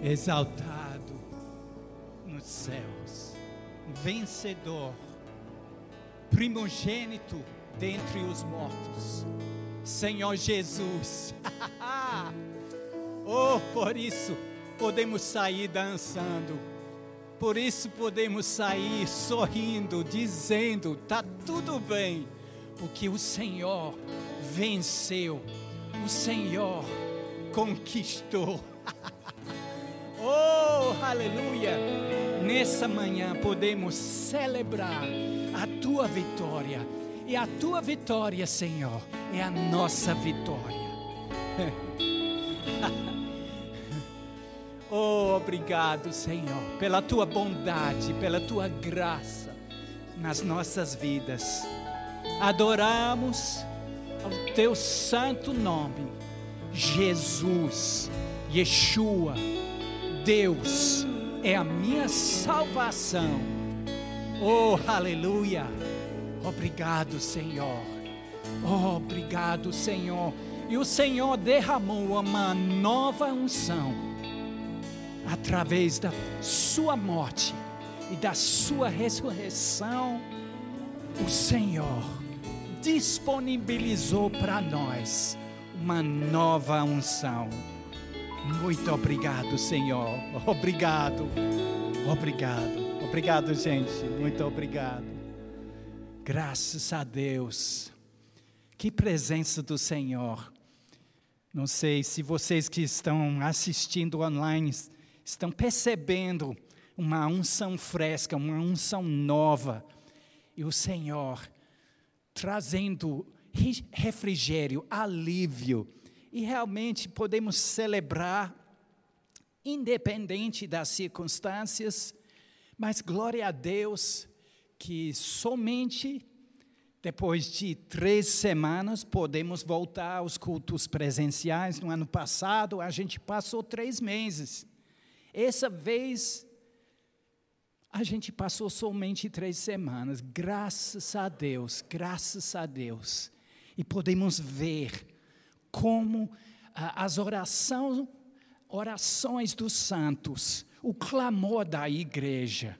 exaltado nos céus, vencedor, primogênito dentre os mortos, Senhor Jesus. Oh, por isso podemos sair dançando, por isso podemos sair sorrindo, dizendo: está tudo bem, porque o Senhor venceu, o Senhor conquistou. Oh, aleluia! Nessa manhã podemos celebrar a tua vitória, e a tua vitória, Senhor, é a nossa vitória. Oh, obrigado, Senhor, pela tua bondade, pela tua graça nas nossas vidas. Adoramos ao teu santo nome, Jesus, Yeshua. Deus é a minha salvação. Oh, aleluia! Obrigado, Senhor. Oh, obrigado, Senhor. E o Senhor derramou uma nova unção através da sua morte e da sua ressurreição. O Senhor disponibilizou para nós uma nova unção. Muito obrigado, Senhor. Obrigado. Obrigado, gente. Muito obrigado. Graças a Deus. Que presença do Senhor. Não sei se vocês que estão assistindo online estão percebendo uma unção fresca, uma unção nova. E o Senhor trazendo refrigério, alívio. E realmente podemos celebrar, independente das circunstâncias, mas glória a Deus que somente depois de 3 semanas podemos voltar aos cultos presenciais. No ano passado a gente passou 3 meses. Essa vez a gente passou somente 3 semanas. Graças a Deus. E podemos ver como as orações dos santos, o clamor da igreja,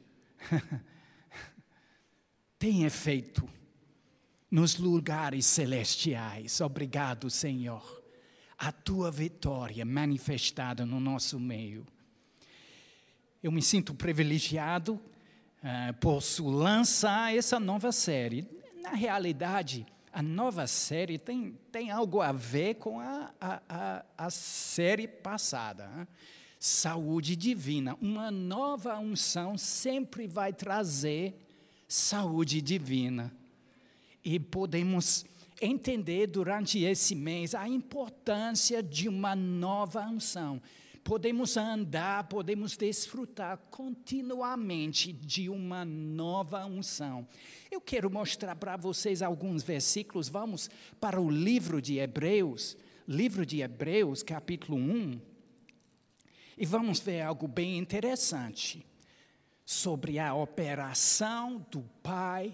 tem efeito nos lugares celestiais. Obrigado, Senhor. A tua vitória manifestada no nosso meio. Eu me sinto privilegiado, posso lançar essa nova série. Na realidade, a nova série tem algo a ver com a série passada. Hein? Saúde divina. Uma nova unção sempre vai trazer saúde divina. E podemos entender durante esse mês a importância de uma nova unção. Podemos andar, podemos desfrutar continuamente de uma nova unção. Eu quero mostrar para vocês alguns versículos. Vamos para o livro de Hebreus, capítulo 1. E vamos ver algo bem interessante sobre a operação do Pai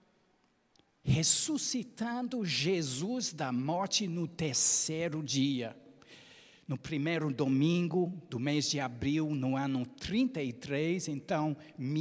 ressuscitando Jesus da morte no 3º dia. No primeiro domingo do mês de abril, no ano 33, então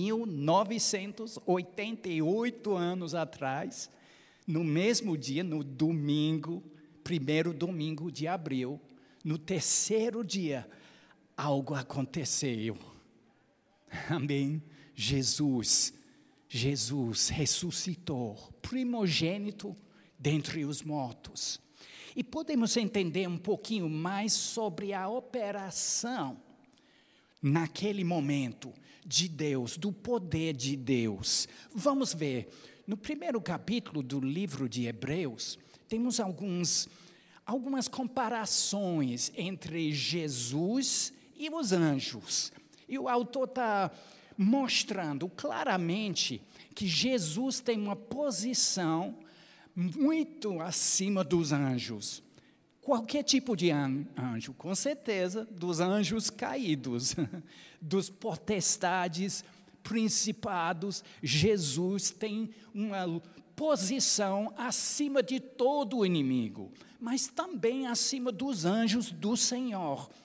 1988 anos atrás, no mesmo dia, no domingo, primeiro domingo de abril, no 3º dia, algo aconteceu. Amém? Jesus ressuscitou, primogênito dentre os mortos. E podemos entender um pouquinho mais sobre a operação, naquele momento, de Deus, do poder de Deus. Vamos ver, no primeiro capítulo do livro de Hebreus, temos algumas comparações entre Jesus e os anjos. E o autor está mostrando claramente que Jesus tem uma posição muito acima dos anjos. Qualquer tipo de anjo, com certeza, dos anjos caídos, dos potestades, principados. Jesus tem uma posição acima de todo o inimigo, mas também acima dos anjos do Senhor.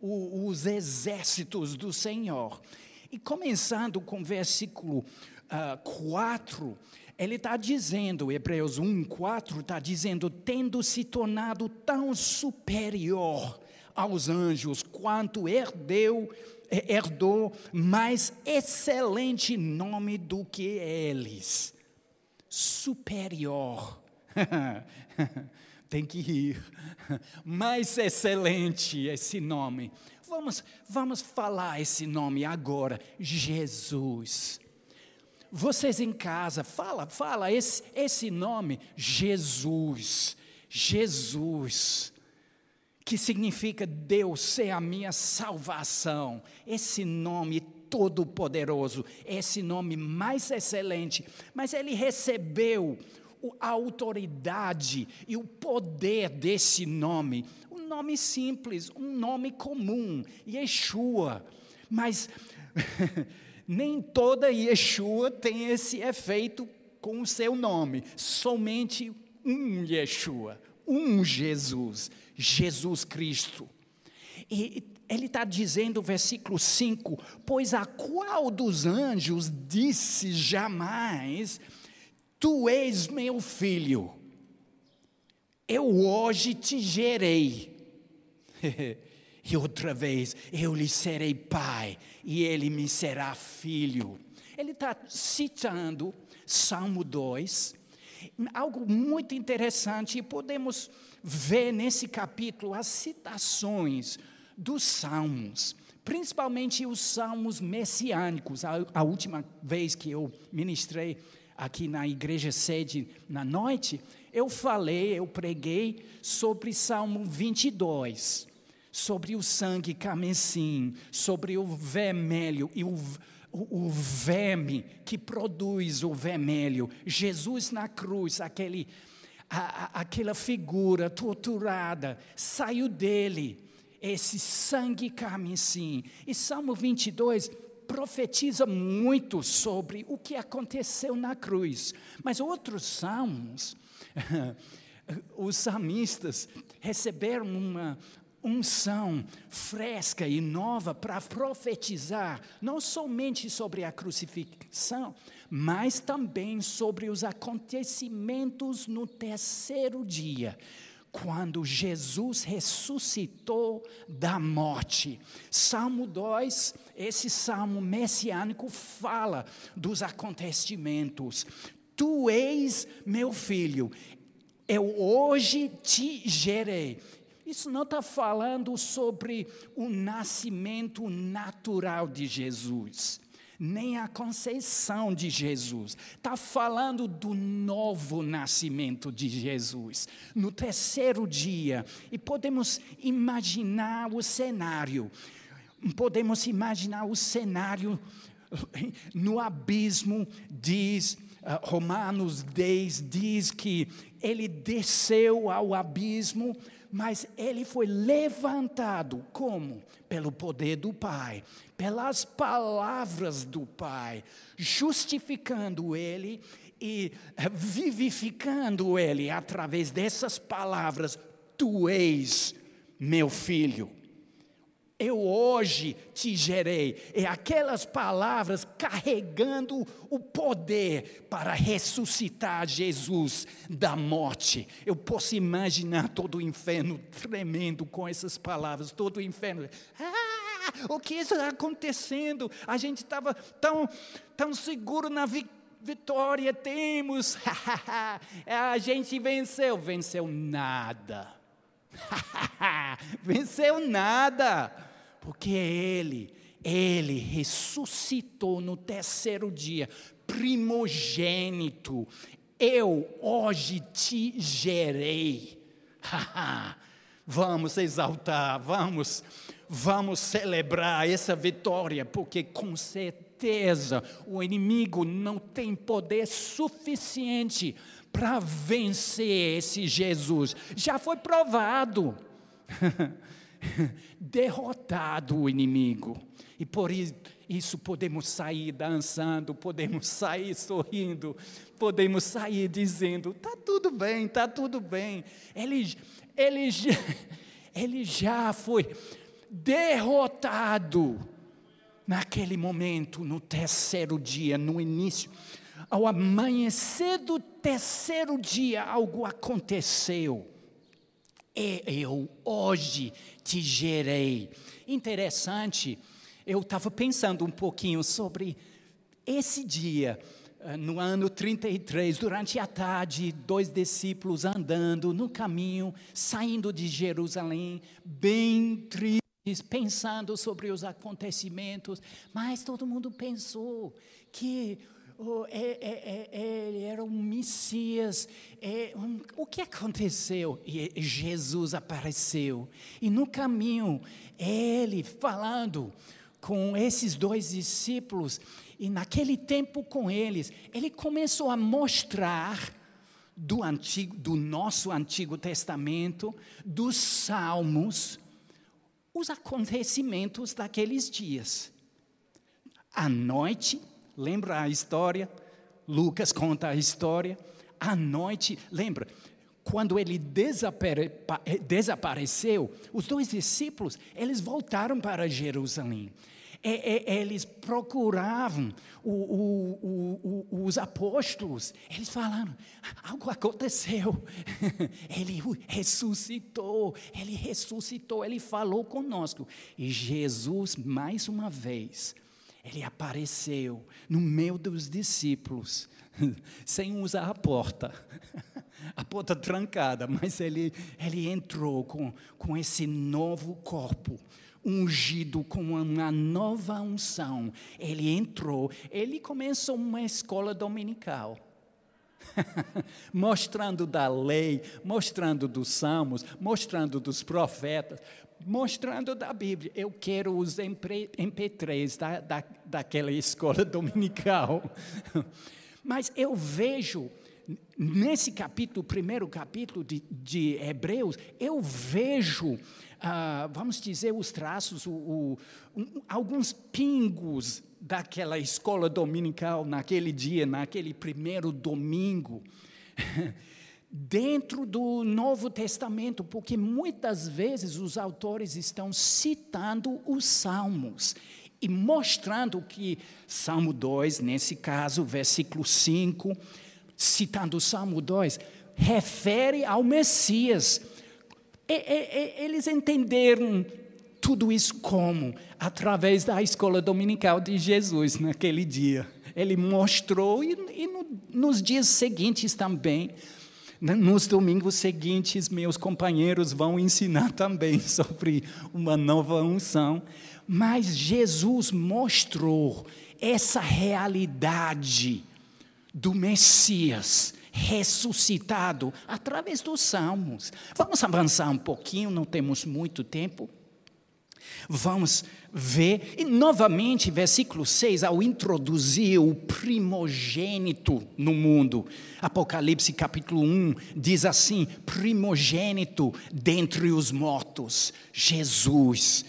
os exércitos do Senhor. E começando com o versículo 4, ele está dizendo, Hebreus 1:4 está dizendo, tendo se tornado tão superior aos anjos, quanto herdou mais excelente nome do que eles. Superior. Tem que rir. Mais excelente esse nome. Vamos falar esse nome agora. Jesus. Vocês em casa, fala esse nome. Jesus. Jesus. Que significa Deus ser a minha salvação. Esse nome todo-poderoso, esse nome mais excelente. Mas ele recebeu a autoridade e o poder desse nome. Um nome simples, um nome comum, Yeshua. Mas nem toda Yeshua tem esse efeito com o seu nome. Somente um Yeshua, um Jesus. Jesus Cristo. E ele está dizendo, versículo 5, pois a qual dos anjos disse jamais, tu és meu filho, eu hoje te gerei. E outra vez, eu lhe serei pai, e ele me será filho. Ele está citando Salmo 2, algo muito interessante, e podemos ver nesse capítulo as citações dos salmos, principalmente os salmos messiânicos. A última vez que eu ministrei aqui na igreja sede na noite, eu preguei sobre Salmo 22, sobre o sangue carmesim, sobre o vermelho e o verme que produz o vermelho. Jesus na cruz, aquela figura torturada, saiu dele esse sangue carmesim. E Salmo 22 profetiza muito sobre o que aconteceu na cruz. Mas outros salmos, os salmistas receberam uma unção fresca e nova para profetizar, não somente sobre a crucifixão, mas também sobre os acontecimentos no terceiro dia, quando Jesus ressuscitou da morte. Salmo 2, esse salmo messiânico fala dos acontecimentos. Tu és meu filho, eu hoje te gerei. Isso não está falando sobre o nascimento natural de Jesus, nem a conceição de Jesus. Está falando do novo nascimento de Jesus, no terceiro dia. E podemos imaginar o cenário. No abismo, diz Romanos 10, diz que ele desceu ao abismo, mas ele foi levantado, como? Pelo poder do Pai, pelas palavras do Pai, justificando ele e vivificando ele através dessas palavras. Tu és meu filho, eu hoje te gerei. E aquelas palavras carregando o poder para ressuscitar Jesus da morte. Eu posso imaginar todo o inferno tremendo com essas palavras, todo o inferno. O que está acontecendo? A gente estava tão seguro na vitória, temos. A gente venceu nada. Venceu nada, porque ele ressuscitou no terceiro dia, primogênito. Eu hoje te gerei. Vamos exaltar, vamos celebrar essa vitória, porque com certeza o inimigo não tem poder suficiente para vencer esse Jesus. Já foi provado. Derrotado o inimigo. E por isso podemos sair dançando, podemos sair sorrindo, podemos sair dizendo, está tudo bem, está tudo bem. Ele já foi derrotado. Naquele momento, no terceiro dia, no início, ao amanhecer do terceiro dia, algo aconteceu. Eu hoje te gerei. Interessante, eu estava pensando um pouquinho sobre esse dia, no ano 33, durante a tarde, 2 discípulos andando no caminho, saindo de Jerusalém, bem tristes, pensando sobre os acontecimentos, mas todo mundo pensou que ele era um Messias. O que aconteceu? E Jesus apareceu, e no caminho, ele falando com esses 2 discípulos, e naquele tempo com eles, ele começou a mostrar do nosso Antigo Testamento, dos Salmos, os acontecimentos daqueles dias. À noite, lembra a história? Lucas conta a história. À noite, lembra? Quando ele desapareceu, os 2 discípulos, eles voltaram para Jerusalém. Eles procuravam os apóstolos. Eles falaram, algo aconteceu. Ele ressuscitou, ele falou conosco. E Jesus, mais uma vez, ele apareceu no meio dos discípulos, sem usar a porta trancada, mas ele entrou com esse novo corpo, ungido com uma nova unção. Ele entrou, ele começou uma escola dominical, mostrando da lei, mostrando dos salmos, mostrando dos profetas, mostrando da Bíblia. Eu quero os MP3 daquela escola dominical. Mas eu vejo, nesse capítulo, primeiro capítulo de Hebreus, eu vejo, vamos dizer, os traços, alguns pingos daquela escola dominical naquele dia, naquele primeiro domingo, dentro do Novo Testamento, porque muitas vezes os autores estão citando os Salmos e mostrando que Salmo 2, nesse caso, versículo 5, citando o Salmo 2, refere ao Messias. Eles entenderam tudo isso como? Através da escola dominical de Jesus naquele dia. Ele mostrou e nos dias seguintes também. Nos domingos seguintes, meus companheiros vão ensinar também sobre uma nova unção. Mas Jesus mostrou essa realidade do Messias ressuscitado através dos Salmos. Vamos avançar um pouquinho, não temos muito tempo. Vamos ver, e novamente, versículo 6, ao introduzir o primogênito no mundo, Apocalipse capítulo 1, diz assim, primogênito dentre os mortos, Jesus,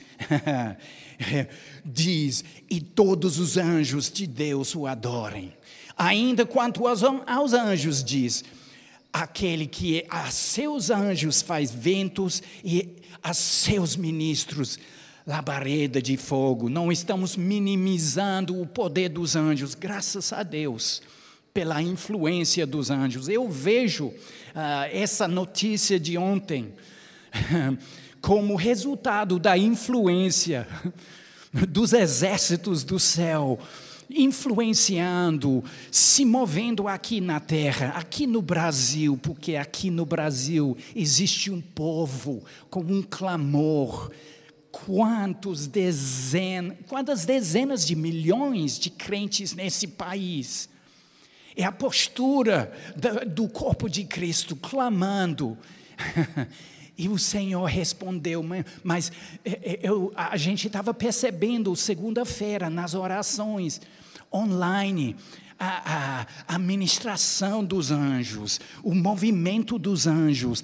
diz, e todos os anjos de Deus o adorem. Ainda quanto aos anjos, diz, aquele que a seus anjos faz ventos e a seus ministros labareda de fogo. Não estamos minimizando o poder dos anjos, graças a Deus, pela influência dos anjos. Eu vejo essa notícia de ontem como resultado da influência dos exércitos do céu, influenciando, se movendo aqui na terra, aqui no Brasil, porque aqui no Brasil existe um povo com um clamor. Quantas dezenas de milhões de crentes nesse país. É a postura do corpo de Cristo clamando. E o Senhor respondeu, mas a gente estava percebendo segunda-feira nas orações online, a ministração dos anjos, o movimento dos anjos,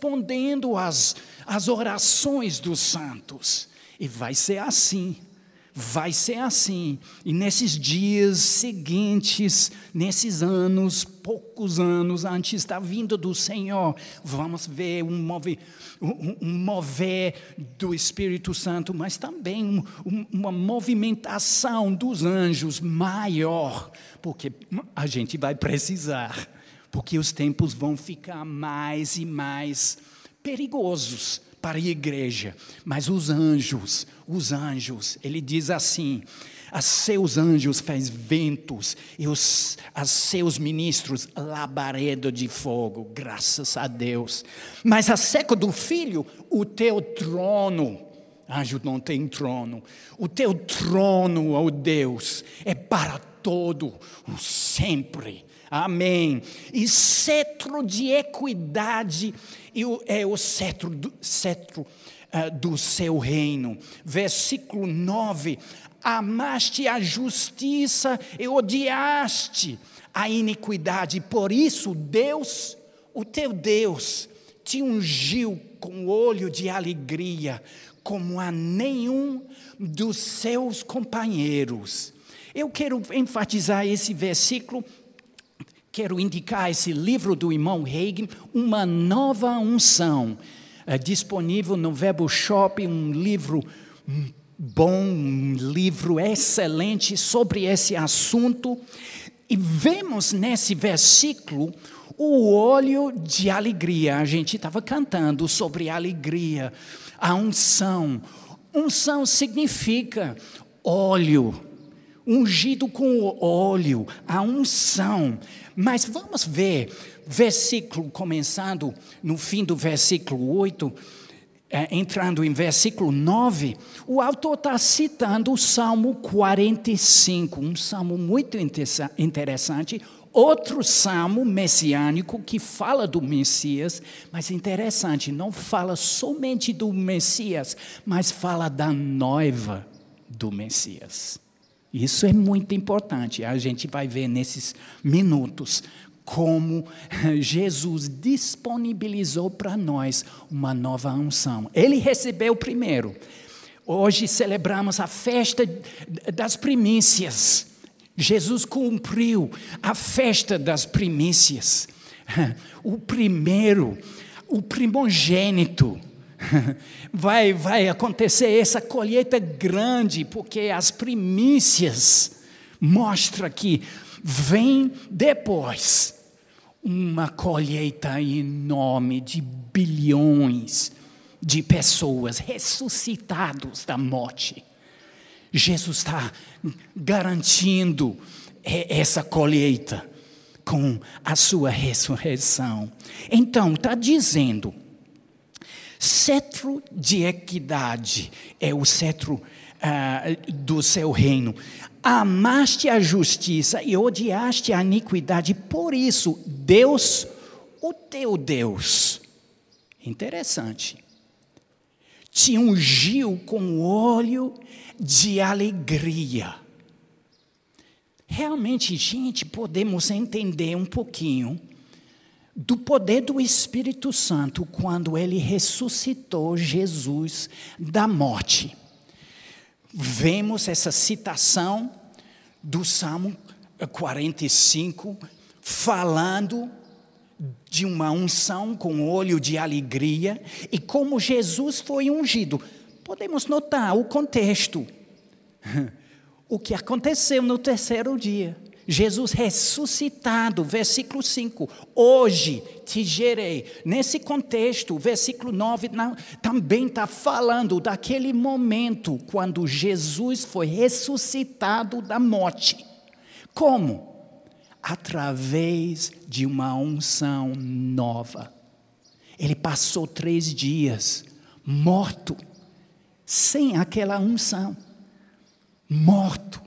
respondendo às orações dos santos. E vai ser assim. Vai ser assim, e nesses dias seguintes, nesses anos, poucos anos antes da vinda do Senhor, vamos ver um mover do Espírito Santo, mas também uma movimentação dos anjos maior, porque a gente vai precisar, porque os tempos vão ficar mais e mais perigosos para a igreja. Mas os anjos, ele diz assim: a seus anjos faz ventos e a seus ministros labareda de fogo, graças a Deus. Mas acerca do Filho, o teu trono, anjo não tem trono, o teu trono, ó Deus, é para todo o sempre. Amém. E cetro de equidade é o cetro do seu reino. Versículo 9. Amaste a justiça e odiaste a iniquidade. Por isso Deus, o teu Deus, te ungiu com olho de alegria, como a nenhum dos seus companheiros. Eu quero enfatizar esse versículo. Quero indicar esse livro do irmão Hagin, Uma Nova Unção, disponível no Verbo Shop, um livro bom, um livro excelente sobre esse assunto. E vemos nesse versículo o óleo de alegria. A gente estava cantando sobre alegria, a unção. Unção significa óleo, ungido com óleo, a unção. Mas vamos ver, versículo começando no fim do versículo 8, entrando em versículo 9, o autor está citando o Salmo 45, um salmo muito interessante, outro salmo messiânico que fala do Messias, mas interessante, não fala somente do Messias, mas fala da noiva do Messias. Isso é muito importante. A gente vai ver nesses minutos como Jesus disponibilizou para nós uma nova unção. Ele recebeu primeiro. Hoje celebramos a festa das primícias. Jesus cumpriu a festa das primícias. O primeiro, o primogênito. Vai acontecer essa colheita grande, porque as primícias mostram que vem depois uma colheita enorme de bilhões de pessoas ressuscitadas da morte. Jesus está garantindo essa colheita com a sua ressurreição. Então, está dizendo, cetro de equidade é o cetro do seu reino. Amaste a justiça e odiaste a iniquidade. Por isso, Deus, o teu Deus, interessante, te ungiu com óleo de alegria. Realmente, gente, podemos entender um pouquinho do poder do Espírito Santo quando ele ressuscitou Jesus da morte. Vemos essa citação do Salmo 45, falando de uma unção com óleo de alegria, e como Jesus foi ungido. Podemos notar o contexto. O que aconteceu no terceiro dia. Jesus ressuscitado, versículo 5, hoje te gerei. Nesse contexto, versículo 9 também está falando daquele momento quando Jesus foi ressuscitado da morte. Como? Através de uma unção nova. Ele passou 3 dias morto, sem aquela unção. Morto.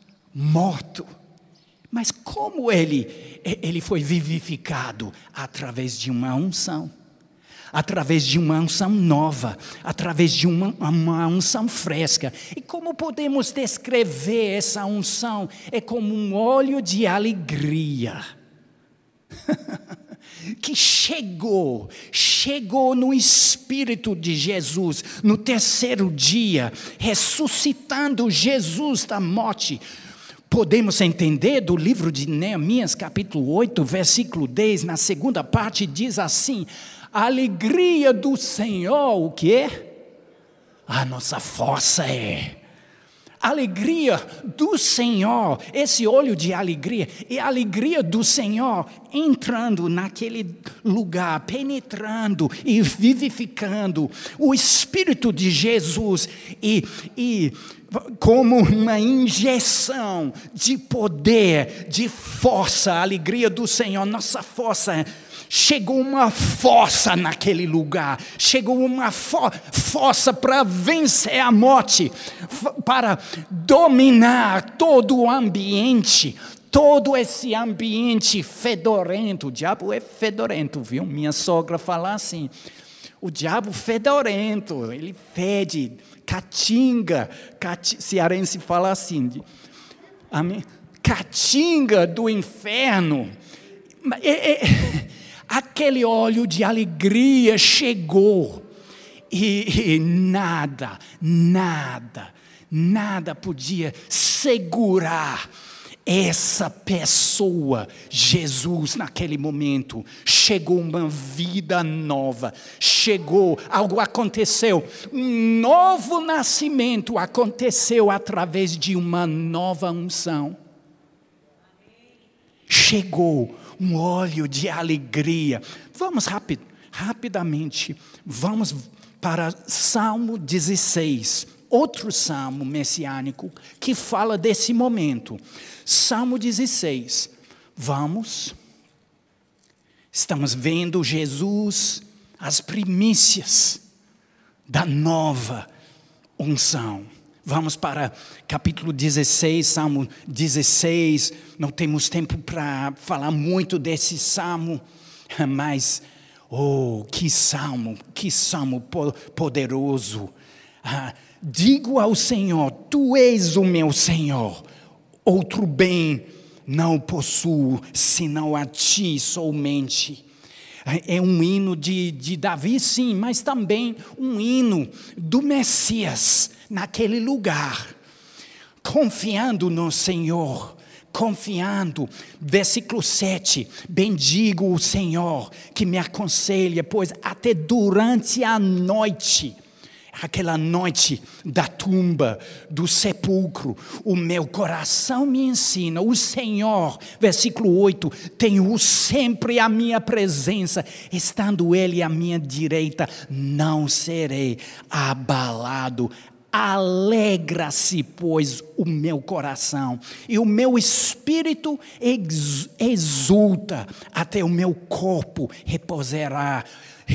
Mas como ele foi vivificado? Através de uma unção. Através de uma unção nova. Através de uma unção fresca. E como podemos descrever essa unção? É como um óleo de alegria. que chegou no Espírito de Jesus, no terceiro dia, ressuscitando Jesus da morte. Podemos entender do livro de Neemias, capítulo 8, versículo 10, na segunda parte diz assim: a alegria do Senhor, o quê? A nossa força é. Alegria do Senhor, esse olho de alegria, e a alegria do Senhor entrando naquele lugar, penetrando e vivificando o Espírito de Jesus e como uma injeção de poder, de força, a alegria do Senhor, nossa força. Chegou uma força naquele lugar, chegou uma força para vencer a morte, para dominar todo o ambiente, todo esse ambiente fedorento. O diabo é fedorento, viu? Minha sogra fala assim, o diabo fedorento, ele fede, catinga, cearense fala assim, catinga do inferno. Aquele óleo de alegria chegou e nada podia segurar essa pessoa, Jesus, naquele momento. Chegou uma vida nova, algo aconteceu, um novo nascimento aconteceu através de uma nova unção. Chegou um óleo de alegria. Vamos rapidamente, vamos para Salmo 16, outro salmo messiânico que fala desse momento. Salmo 16, estamos vendo Jesus, as primícias da nova unção. Vamos para capítulo 16, Salmo 16. Não temos tempo para falar muito desse salmo, mas, que salmo poderoso. Digo ao Senhor, Tu és o meu Senhor, outro bem não possuo, senão a Ti somente. É um hino de Davi, sim, mas também um hino do Messias naquele lugar, confiando no Senhor, versículo 7, bendigo o Senhor que me aconselha, pois até durante a noite, aquela noite da tumba, do sepulcro, o meu coração me ensina, o Senhor, versículo 8, tenho sempre a minha presença, estando Ele à minha direita, não serei abalado. Alegra-se, pois, o meu coração, e o meu espírito exulta, até o meu corpo repousará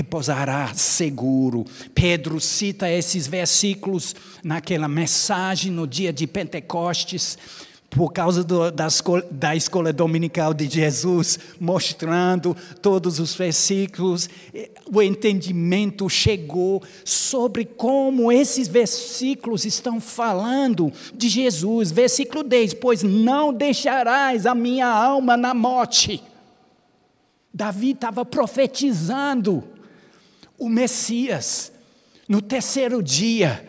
seguro. Pedro cita esses versículos naquela mensagem no dia de Pentecostes, por causa da escola dominical de Jesus, mostrando todos os versículos. O entendimento chegou sobre como esses versículos estão falando de Jesus. Versículo 10, pois não deixarás a minha alma na morte. Davi estava profetizando o Messias no terceiro dia,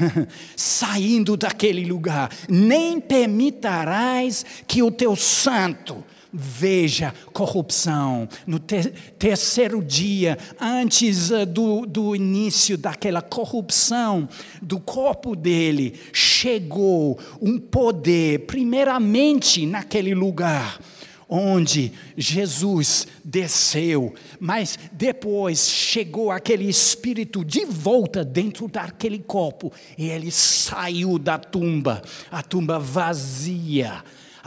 saindo daquele lugar. Nem permitirás que o teu santo veja corrupção. No terceiro dia, antes do início daquela corrupção do corpo dele, chegou um poder, primeiramente naquele lugar onde Jesus desceu, mas depois chegou aquele espírito de volta dentro daquele corpo, e ele saiu da tumba, a tumba vazia.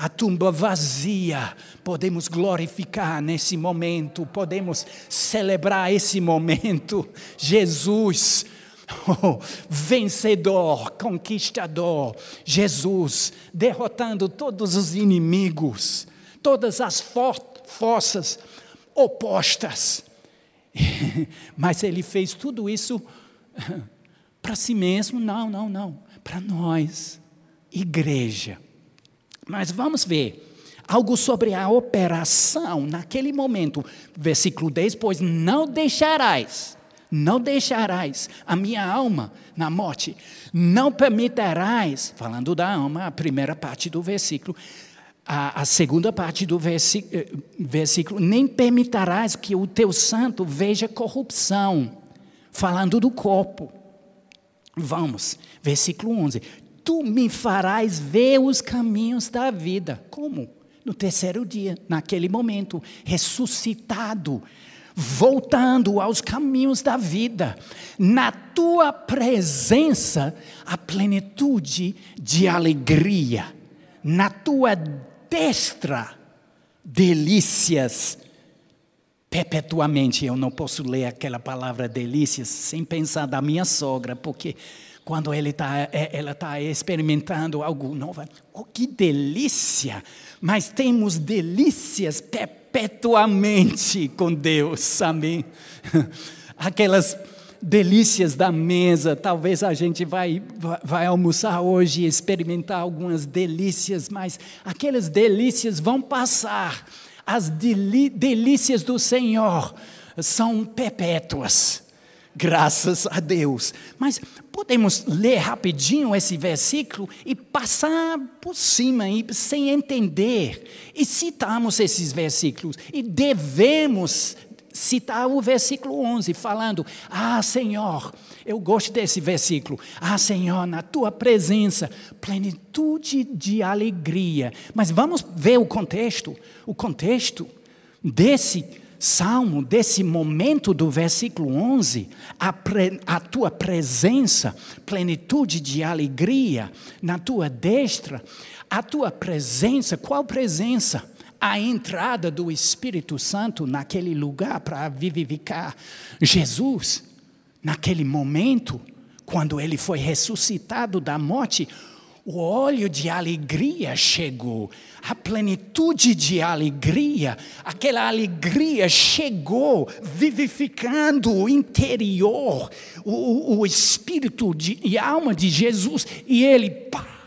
Podemos glorificar nesse momento, podemos celebrar esse momento. Jesus, vencedor, conquistador, Jesus derrotando todos os inimigos, todas as forças opostas. Mas ele fez tudo isso para si mesmo? Não. Para nós, igreja. Mas vamos ver Algo sobre a operação naquele momento. Versículo 10, pois não deixarás a minha alma na morte, não permitirás, falando da alma, a primeira parte do versículo, a segunda parte do versículo, nem permitirás que o teu santo veja corrupção, falando do corpo. Vamos, versículo 11, tu me farás ver os caminhos da vida. Como? No terceiro dia, naquele momento, ressuscitado, voltando aos caminhos da vida. Na tua presença, a plenitude de alegria. Na tua destra, delícias perpetuamente. Eu não posso ler aquela palavra delícias sem pensar da minha sogra, porque quando ela está experimentando algo novo, oh, que delícia! Mas temos delícias perpetuamente com Deus, amém? Aquelas delícias da mesa, talvez a gente vai almoçar hoje e experimentar algumas delícias, mas aquelas delícias vão passar. As delícias do Senhor são perpétuas, graças a Deus. Mas podemos ler rapidinho esse versículo e passar por cima, sem entender. E citamos esses versículos. E devemos citar o versículo 11, falando, Senhor, eu gosto desse versículo, Senhor, na tua presença, plenitude de alegria. Mas vamos ver o contexto desse salmo, desse momento do versículo 11, a tua presença, plenitude de alegria, na tua destra, a tua presença, qual presença? A entrada do Espírito Santo naquele lugar para vivificar Jesus, naquele momento, quando ele foi ressuscitado da morte, o óleo de alegria chegou, a plenitude de alegria, aquela alegria chegou, vivificando o interior, o Espírito e a alma de Jesus, e ele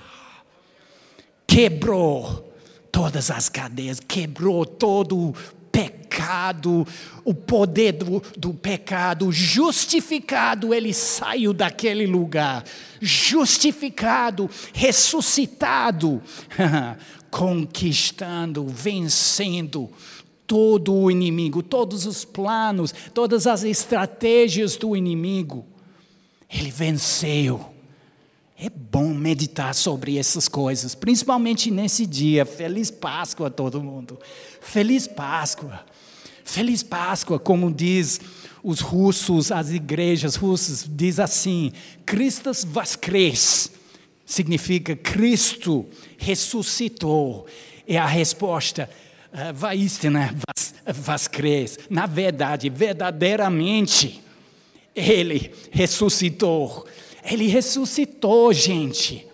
quebrou todas as cadeias, quebrou todo o pecado, o poder do pecado, justificado, ele saiu daquele lugar, justificado, ressuscitado, conquistando, vencendo todo o inimigo, todos os planos, todas as estratégias do inimigo, ele venceu. É bom meditar sobre essas coisas, principalmente nesse dia. Feliz Páscoa a todo mundo. Feliz Páscoa. Feliz Páscoa, como diz os russos, as igrejas russas, diz assim, Christus voskres, significa Cristo ressuscitou. É a resposta, vaistena voskres. Na verdade, verdadeiramente, ele ressuscitou. Ele ressuscitou, gente.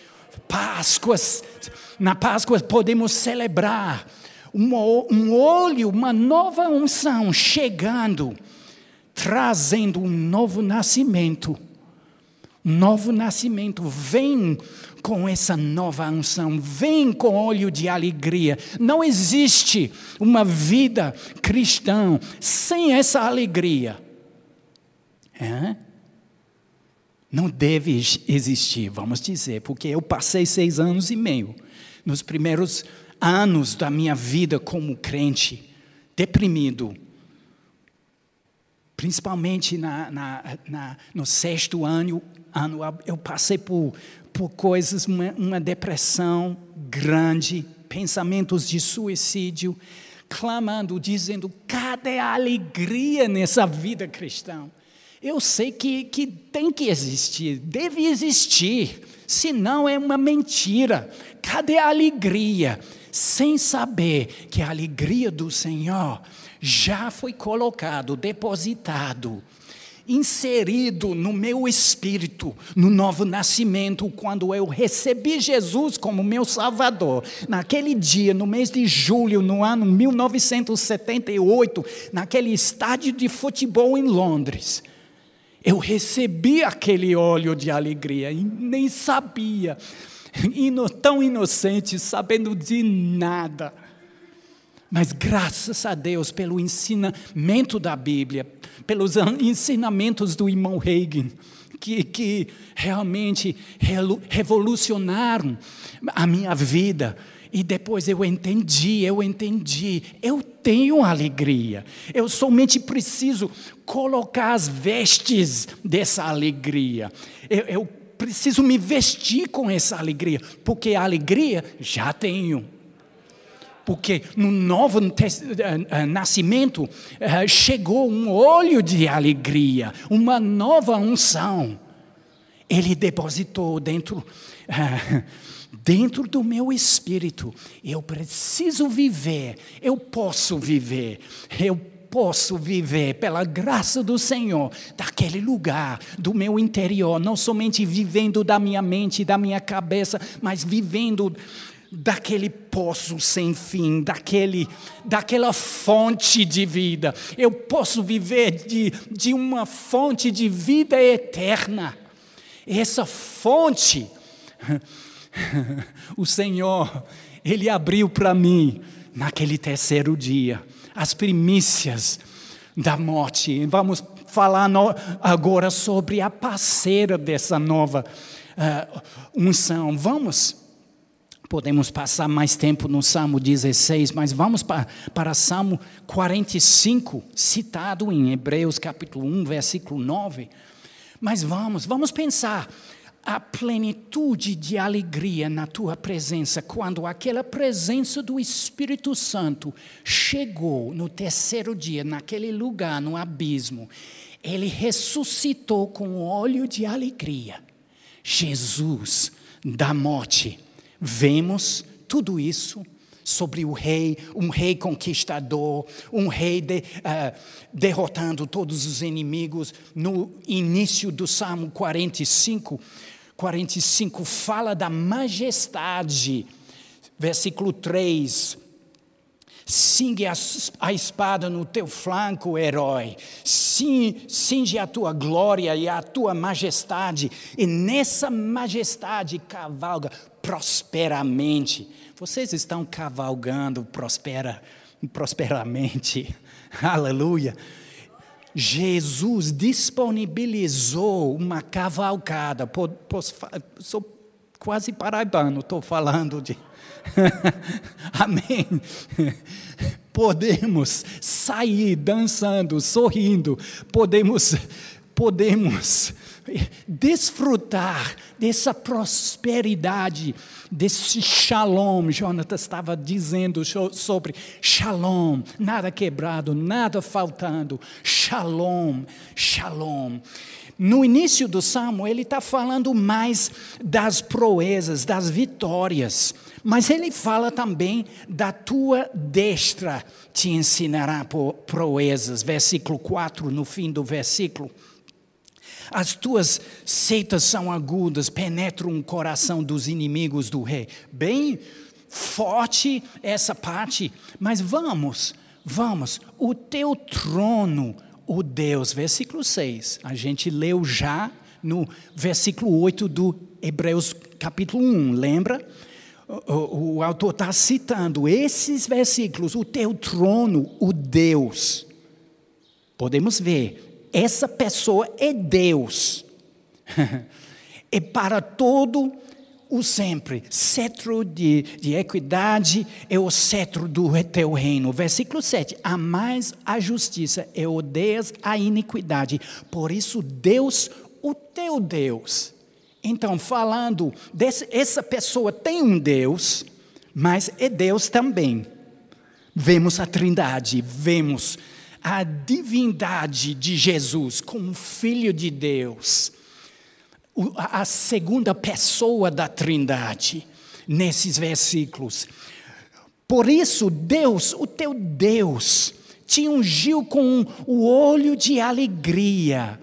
Na Páscoa podemos celebrar um óleo, uma nova unção chegando, trazendo um novo nascimento. Um novo nascimento vem com essa nova unção, vem com óleo de alegria. Não existe uma vida cristã sem essa alegria. Não deve existir, vamos dizer, porque eu passei 6 anos e meio, nos primeiros anos da minha vida como crente, deprimido, principalmente no 6º ano, eu passei por coisas, uma depressão grande, pensamentos de suicídio, clamando, dizendo, cadê a alegria nessa vida cristã? Eu sei que tem que existir, deve existir, senão é uma mentira. Cadê a alegria? Sem saber que a alegria do Senhor já foi colocado, depositado, inserido no meu espírito, no novo nascimento, quando eu recebi Jesus como meu Salvador. Naquele dia, no mês de julho, no ano 1978, naquele estádio de futebol em Londres, eu recebi aquele óleo de alegria e nem sabia. tão inocente, sabendo de nada. Mas graças a Deus pelo ensinamento da Bíblia, pelos ensinamentos do irmão Hagin, que realmente revolucionaram a minha vida. E depois eu entendi, eu tenho alegria. Eu somente preciso colocar as vestes dessa alegria. Eu preciso me vestir com essa alegria, porque a alegria já tenho. Porque no novo nascimento chegou um óleo de alegria, uma nova unção. Ele depositou dentro do meu espírito. Eu preciso viver, eu posso viver pela graça do Senhor, daquele lugar, do meu interior, não somente vivendo da minha mente, da minha cabeça, mas vivendo daquele poço sem fim, daquela fonte de vida. Eu posso viver de uma fonte de vida eterna. Essa fonte, o Senhor, Ele abriu para mim, naquele terceiro dia, as primícias da morte. Vamos falar agora sobre a parceira dessa nova unção. Podemos passar mais tempo no Salmo 16, mas vamos para Salmo 45, citado em Hebreus capítulo 1, versículo 9. Mas vamos pensar a plenitude de alegria na tua presença, quando aquela presença do Espírito Santo chegou no terceiro dia, naquele lugar, no abismo. Ele ressuscitou com óleo de alegria. Jesus da morte. Vemos tudo isso sobre o rei, um rei conquistador, um rei derrotando todos os inimigos. No início do Salmo 45 fala da majestade. Versículo 3. Cinge a espada no teu flanco, herói. Cinge a tua glória e a tua majestade. E nessa majestade cavalga prosperamente. Vocês estão cavalgando prosperamente. Aleluia. Jesus disponibilizou uma cavalgada. Sou quase paraibano, estou falando de... Amém. Podemos sair dançando, sorrindo. Podemos desfrutar dessa prosperidade, desse shalom. Jonathan estava dizendo sobre shalom, nada quebrado, nada faltando, shalom, shalom. No início do Salmo, ele está falando mais das proezas, das vitórias, mas ele fala também da tua destra te ensinará proezas, versículo 4, no fim do versículo. As tuas seitas são agudas, penetram o coração dos inimigos do rei. Bem forte essa parte, mas vamos. O teu trono, o Deus, versículo 6. A gente leu já no versículo 8 do Hebreus capítulo 1, lembra? O autor está citando esses versículos, o teu trono, o Deus. Podemos ver. Essa pessoa é Deus. É para todo o sempre. Cetro de equidade é o cetro do teu reino. Versículo 7. Amais a justiça e odeias a iniquidade. Por isso Deus, o teu Deus. Então, falando, essa pessoa tem um Deus, mas é Deus também. Vemos a Trindade, vemos a divindade de Jesus como Filho de Deus, a segunda pessoa da Trindade, nesses versículos. Por isso, Deus, o teu Deus, te ungiu com o óleo de alegria,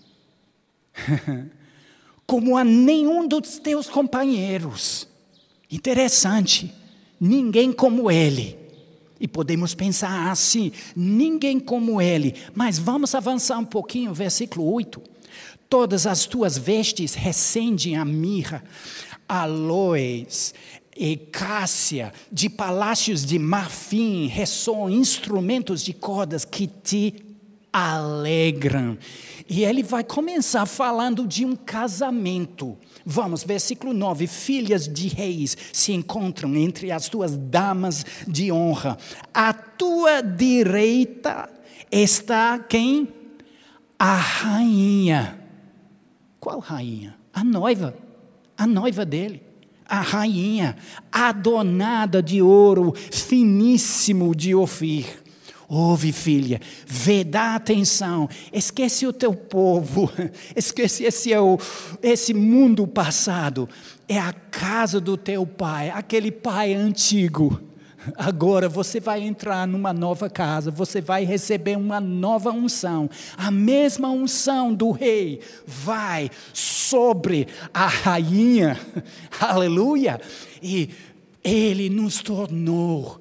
como a nenhum dos teus companheiros. Interessante, ninguém como ele. E podemos pensar assim, ninguém como ele. Mas vamos avançar um pouquinho, versículo 8. Todas as tuas vestes recendem a mirra, aloes e cássia, de palácios de marfim, ressoam instrumentos de cordas que te alegram. E ele vai começar falando de um casamento. Vamos, versículo 9. Filhas de reis se encontram entre as tuas damas de honra. À tua direita está quem? A rainha. Qual rainha? A noiva dele. A rainha, adornada de ouro finíssimo de Ofir. Ouve, filha, dá atenção, esquece o teu povo, esquece esse mundo passado. É a casa do teu pai, aquele pai antigo. Agora você vai entrar numa nova casa, você vai receber uma nova unção. A mesma unção do rei vai sobre a rainha, aleluia. E ele nos tornou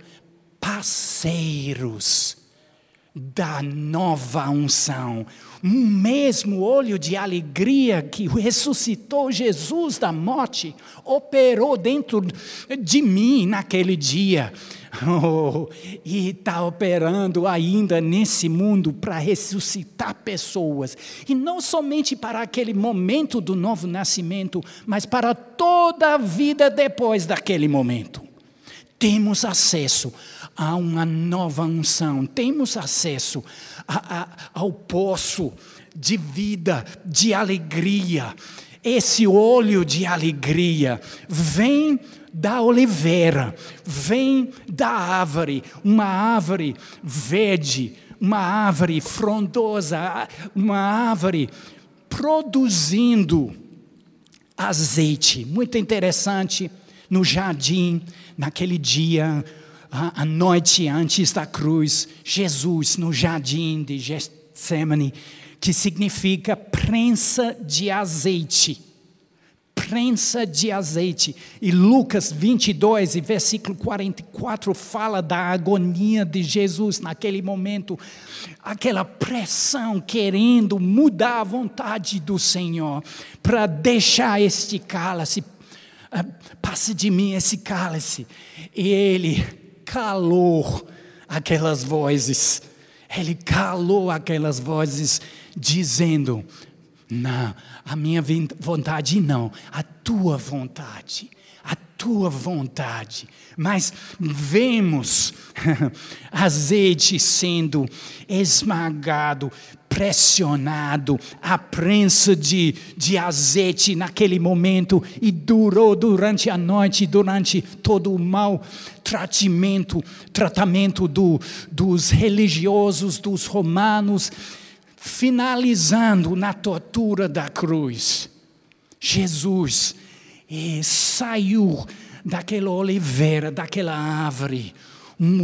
parceiros da nova unção. O mesmo óleo de alegria que ressuscitou Jesus da morte operou dentro de mim naquele dia. E está operando ainda nesse mundo para ressuscitar pessoas. E não somente para aquele momento do novo nascimento, mas para toda a vida depois daquele momento. Temos acesso a uma nova unção, temos acesso ao poço de vida, de alegria. Esse óleo de alegria vem da oliveira, vem da árvore, uma árvore verde, uma árvore frondosa, uma árvore produzindo azeite. Muito interessante, no jardim, naquele dia, a noite antes da cruz, Jesus no jardim de Getsemane, que significa prensa de azeite. Prensa de azeite. E Lucas 22, versículo 44, fala da agonia de Jesus naquele momento. Aquela pressão querendo mudar a vontade do Senhor para deixar este cálice. Passe de mim esse cálice. E ele calou aquelas vozes. Ele calou aquelas vozes dizendo: não, a minha vontade não, a tua vontade. A tua vontade. Mas vemos azeite sendo esmagado, pressionado, a prensa de azeite naquele momento, e durou durante a noite, durante todo o mau tratamento dos religiosos, dos romanos, finalizando na tortura da cruz. Jesus saiu daquela oliveira, daquela árvore, um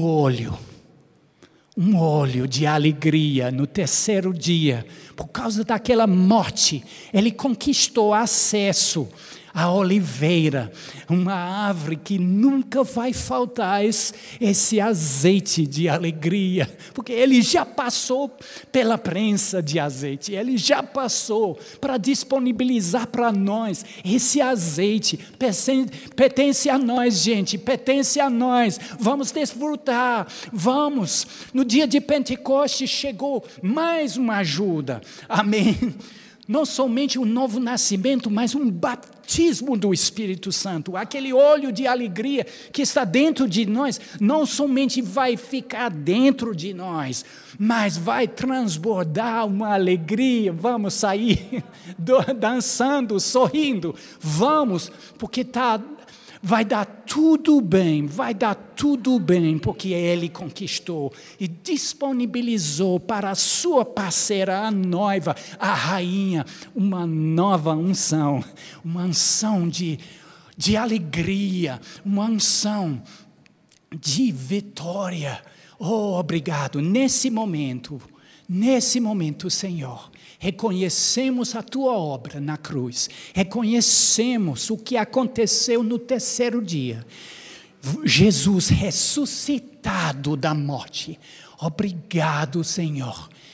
óleo de alegria. No terceiro dia, por causa daquela morte, ele conquistou acesso à oliveira, uma árvore que nunca vai faltar esse azeite de alegria, porque ele já passou pela prensa de azeite, ele já passou para disponibilizar para nós esse azeite. Pertence a nós, gente, pertence a nós. Vamos desfrutar, vamos. No dia de Pentecostes chegou mais uma ajuda, amém. Não somente um novo nascimento, mas um batismo do Espírito Santo. Aquele óleo de alegria que está dentro de nós, não somente vai ficar dentro de nós, mas vai transbordar uma alegria. Vamos sair dançando, sorrindo. Vamos, porque vai dar tudo bem, porque Ele conquistou e disponibilizou para a sua parceira, a noiva, a rainha, uma nova unção, uma unção de alegria, uma unção de vitória. Oh, obrigado. Nesse momento, Senhor, reconhecemos a tua obra na cruz, reconhecemos o que aconteceu no terceiro dia. Jesus ressuscitado da morte. Obrigado, Senhor.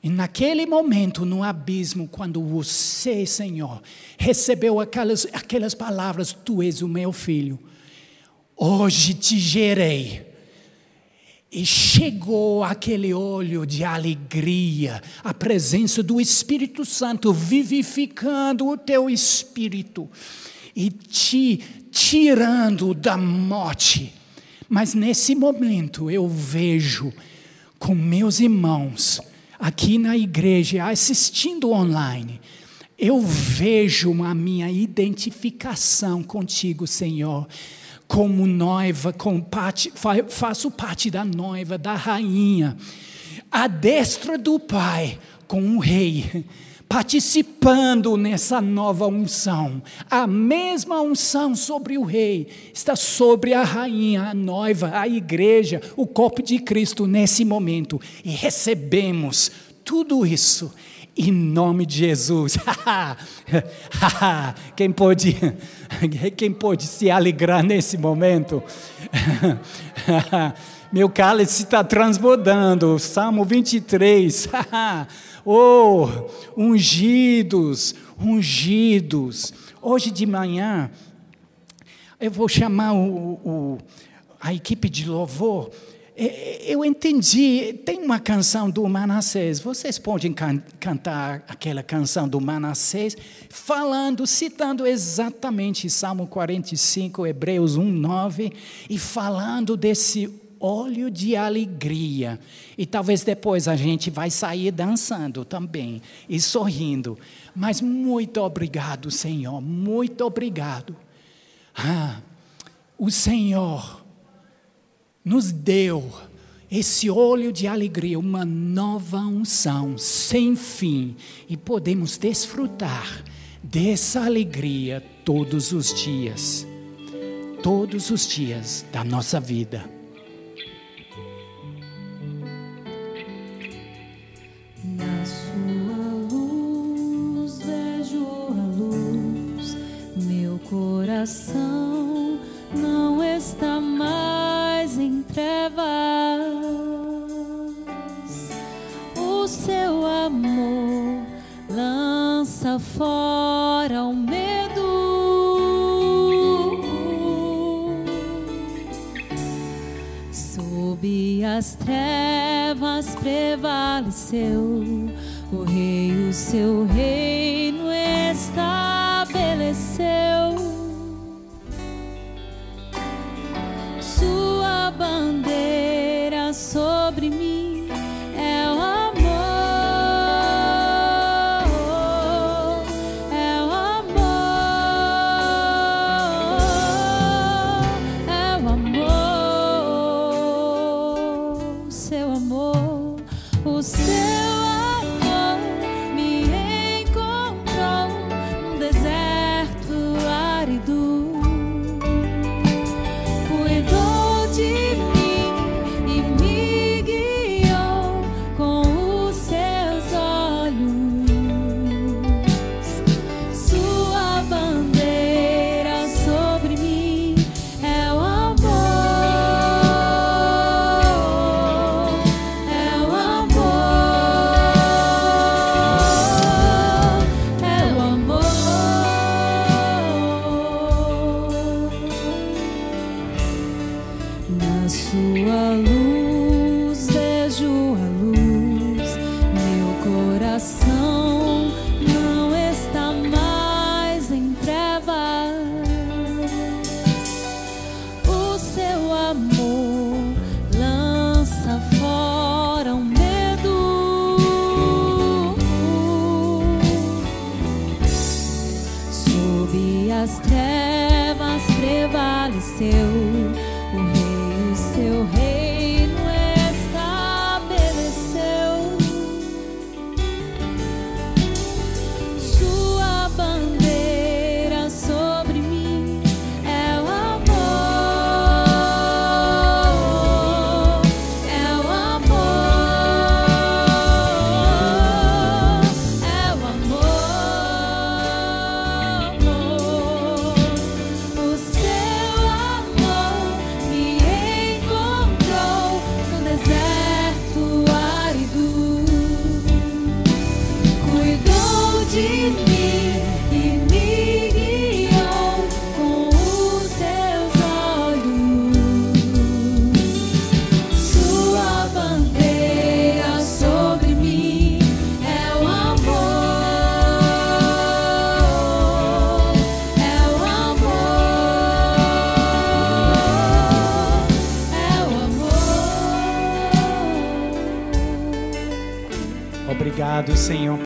E naquele momento, no abismo, quando você, Senhor, recebeu aquelas palavras, Tu és o meu filho, hoje te gerei. E chegou aquele olho de alegria, a presença do Espírito Santo vivificando o teu espírito e te tirando da morte. Mas nesse momento eu vejo com meus irmãos aqui na igreja, assistindo online, eu vejo a minha identificação contigo, Senhor, como noiva, faço parte da noiva, da rainha, à destra do Pai, com o rei, participando nessa nova unção. A mesma unção sobre o rei está sobre a rainha, a noiva, a igreja, o corpo de Cristo nesse momento. E recebemos tudo isso em nome de Jesus. Quem pode se alegrar nesse momento? Meu cálice está transbordando. Salmo 23. Oh, ungidos. Hoje de manhã, eu vou chamar a equipe de louvor. Eu entendi, tem uma canção do Manassés, vocês podem cantar aquela canção do Manassés, citando exatamente Salmo 45, Hebreus 1:9, e falando desse óleo de alegria. E talvez depois a gente vai sair dançando também e sorrindo. Mas muito obrigado, Senhor, muito obrigado. O Senhor nos deu esse óleo de alegria, uma nova unção sem fim. E podemos desfrutar dessa alegria todos os dias da nossa vida. Na sua luz vejo a luz, meu coração não está mais em trevas. O seu amor lança fora o medo. Sob as trevas prevaleceu o Rei, o seu reino estabeleceu. Sua bandeira sobre mim é o amor, é o amor, é o amor, seu amor, o seu amor me encontrou num deserto árido. Cuidou de mim e me guiou com os seus olhos. Sua bandeira sobre mim é o amor, é o amor, é o amor. Na sua luz vejo a luz, meu coração não está mais em trevas. O seu amor lança fora o medo. Sob as trevas prevaleceu